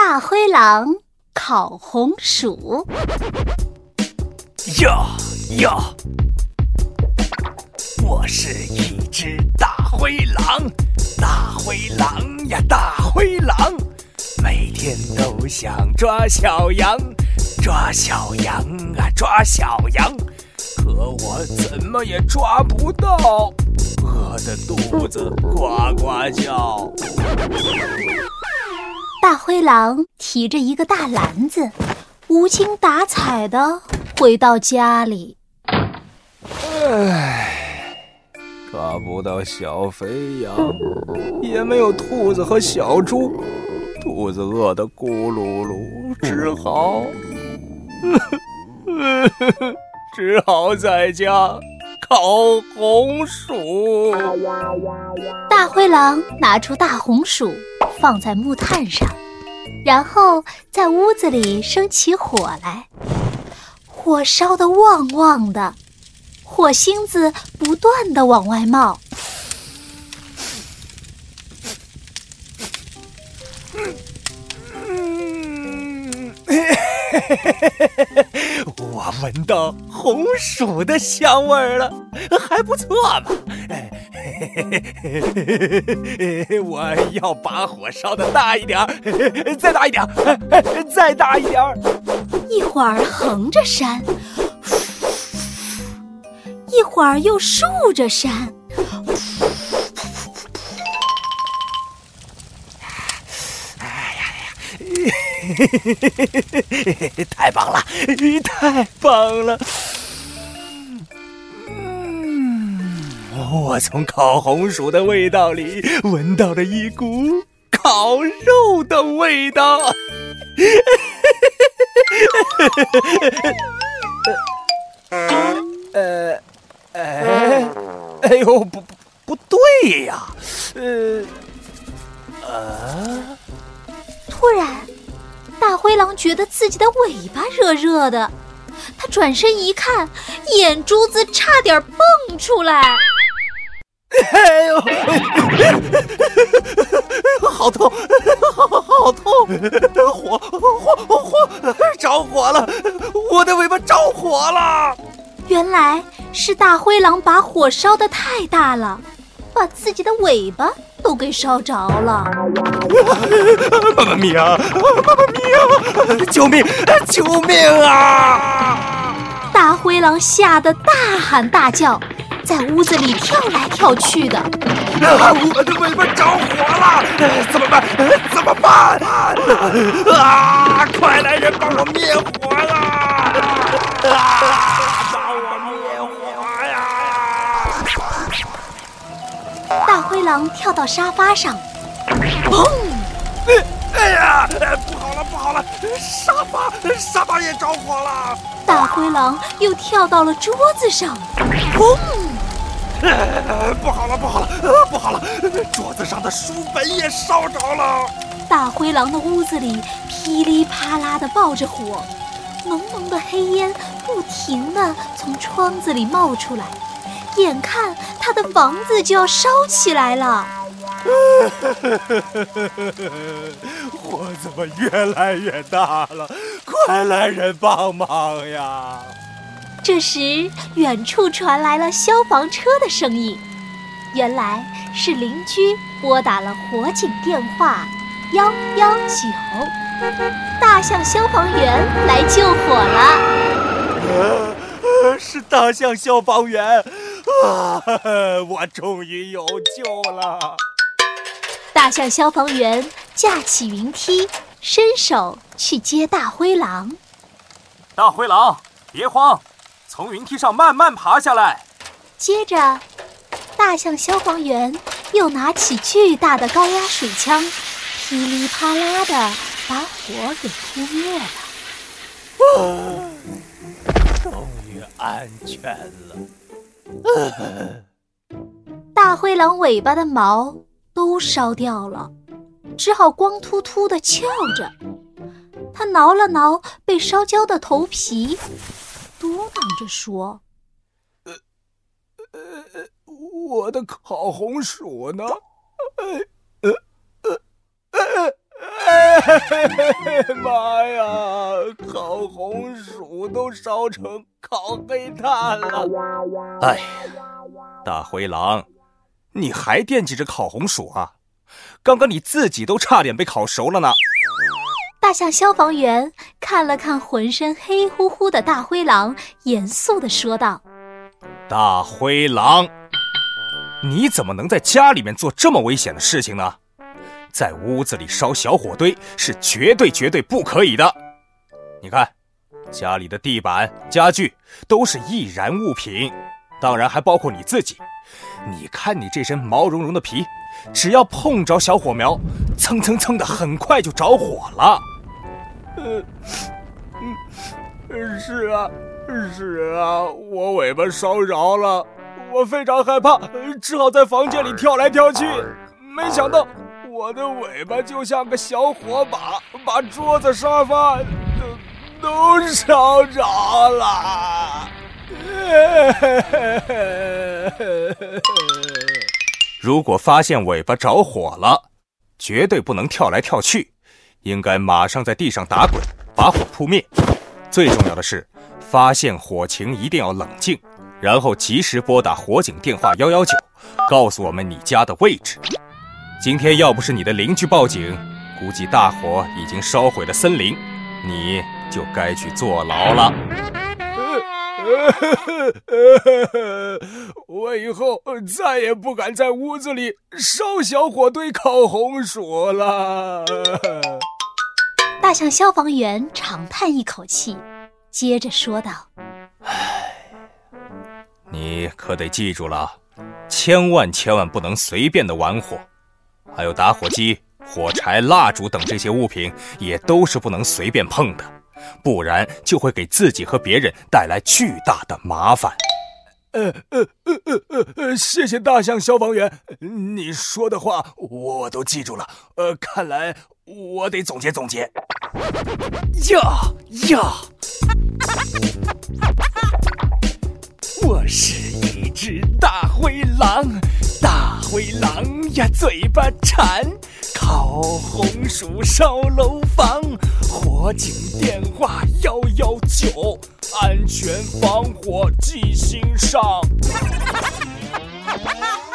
大灰狼烤红薯。 哟哟，我是一只大灰狼，大灰狼呀大灰狼，每天都想抓小羊，抓小羊啊抓小羊，可我怎么也抓不到，饿得肚子呱呱叫。 大灰狼提着一个大篮子，无精打采地回到家里。 抓不到小肥羊，也没有兔子和小猪，肚子饿得咕噜噜，只好在家烤红薯。 大灰狼拿出大红薯放在木炭上，然后在屋子里生起火来。火烧得旺旺的，火星子不断地往外冒。 我闻到红薯的香味儿了，还不错嘛。我要把火烧得大一点，再大一点，再大一点。 一会儿横着扇，一会儿又竖着扇。 太棒了，太棒了！我从烤红薯的味道里闻到了一股烤肉的味道。哎呦，不对呀！ 突然，大灰狼觉得自己的尾巴热热的，他转身一看，眼珠子差点蹦出来。 哎呦，好痛，好痛！火，着火了！我的尾巴着火了！ 原来是大灰狼把火烧得太大了，把自己的尾巴都给烧着了。 妈妈咪呀！救命！救命啊！ 大灰狼吓得大喊大叫，在屋子里跳来跳去的。 我的尾巴着火了！怎么办？怎么办？啊！快来人帮我灭火啦！帮我灭火呀！ 大灰狼跳到沙发上，砰！ 哎呀，不好了！沙发也着火了！ 大灰狼又跳到了桌子上，砰！ 不好了！桌子上的书本也烧着了！ 大灰狼的屋子里噼里啪啦地爆着火，浓浓的黑烟不停地从窗子里冒出来，眼看他的房子就要烧起来了。 火怎么越来越大了？快来人帮忙呀！ 这时，远处传来了消防车的声音，原来是邻居拨打了火警电话119，大象消防员来救火了。 是大象消防员啊！我终于有救了。 大象消防员架起云梯，伸手去接大灰狼。 大灰狼，别慌，从云梯上慢慢爬下来。 接着，大象消防员又拿起巨大的高压水枪，噼里啪啦地把火给扑灭了。 终于安全了。 大灰狼尾巴的毛都烧掉了，只好光秃秃地翘着。他挠了挠被烧焦的头皮，嘟囔着说： 我的烤红薯呢？ 妈呀，烤红薯都烧成烤黑炭了！ 哎，大灰狼，你还惦记着烤红薯啊？刚刚你自己都差点被烤熟了呢。 大象消防员看了看浑身黑乎乎的大灰狼，严肃地说道： 大灰狼，你怎么能在家里面做这么危险的事情呢？在屋子里烧小火堆是绝对不可以的。你看，家里的地板、家具都是易燃物品，当然还包括你自己。你看你这身毛茸茸的皮，只要碰着小火苗，蹭蹭蹭的很快就着火了。 是啊，我尾巴烧着了，我非常害怕，只好在房间里跳来跳去。没想到我的尾巴就像个小火把，把桌子沙发都烧着了。 如果发现尾巴着火了，绝对不能跳来跳去，应该马上在地上打滚，把火扑灭。最重要的是，发现火情一定要冷静，然后及时拨打火警电话119，告诉我们你家的位置。今天要不是你的邻居报警，估计大火已经烧毁了森林，你就该去坐牢了。 我以后再也不敢在屋子里烧小火堆烤红薯了。 大象消防员长叹一口气，接着说道： 你可得记住了，千万不能随便的玩火，还有打火机、火柴、蜡烛等这些物品也都是不能随便碰的，不然就会给自己和别人带来巨大的麻烦。 谢谢大象消防员，你说的话我都记住了。看来我得总结。呀！我是一只大灰狼，大灰狼呀嘴巴馋，烤红薯烧楼房，火警电话119，安全防火记心上。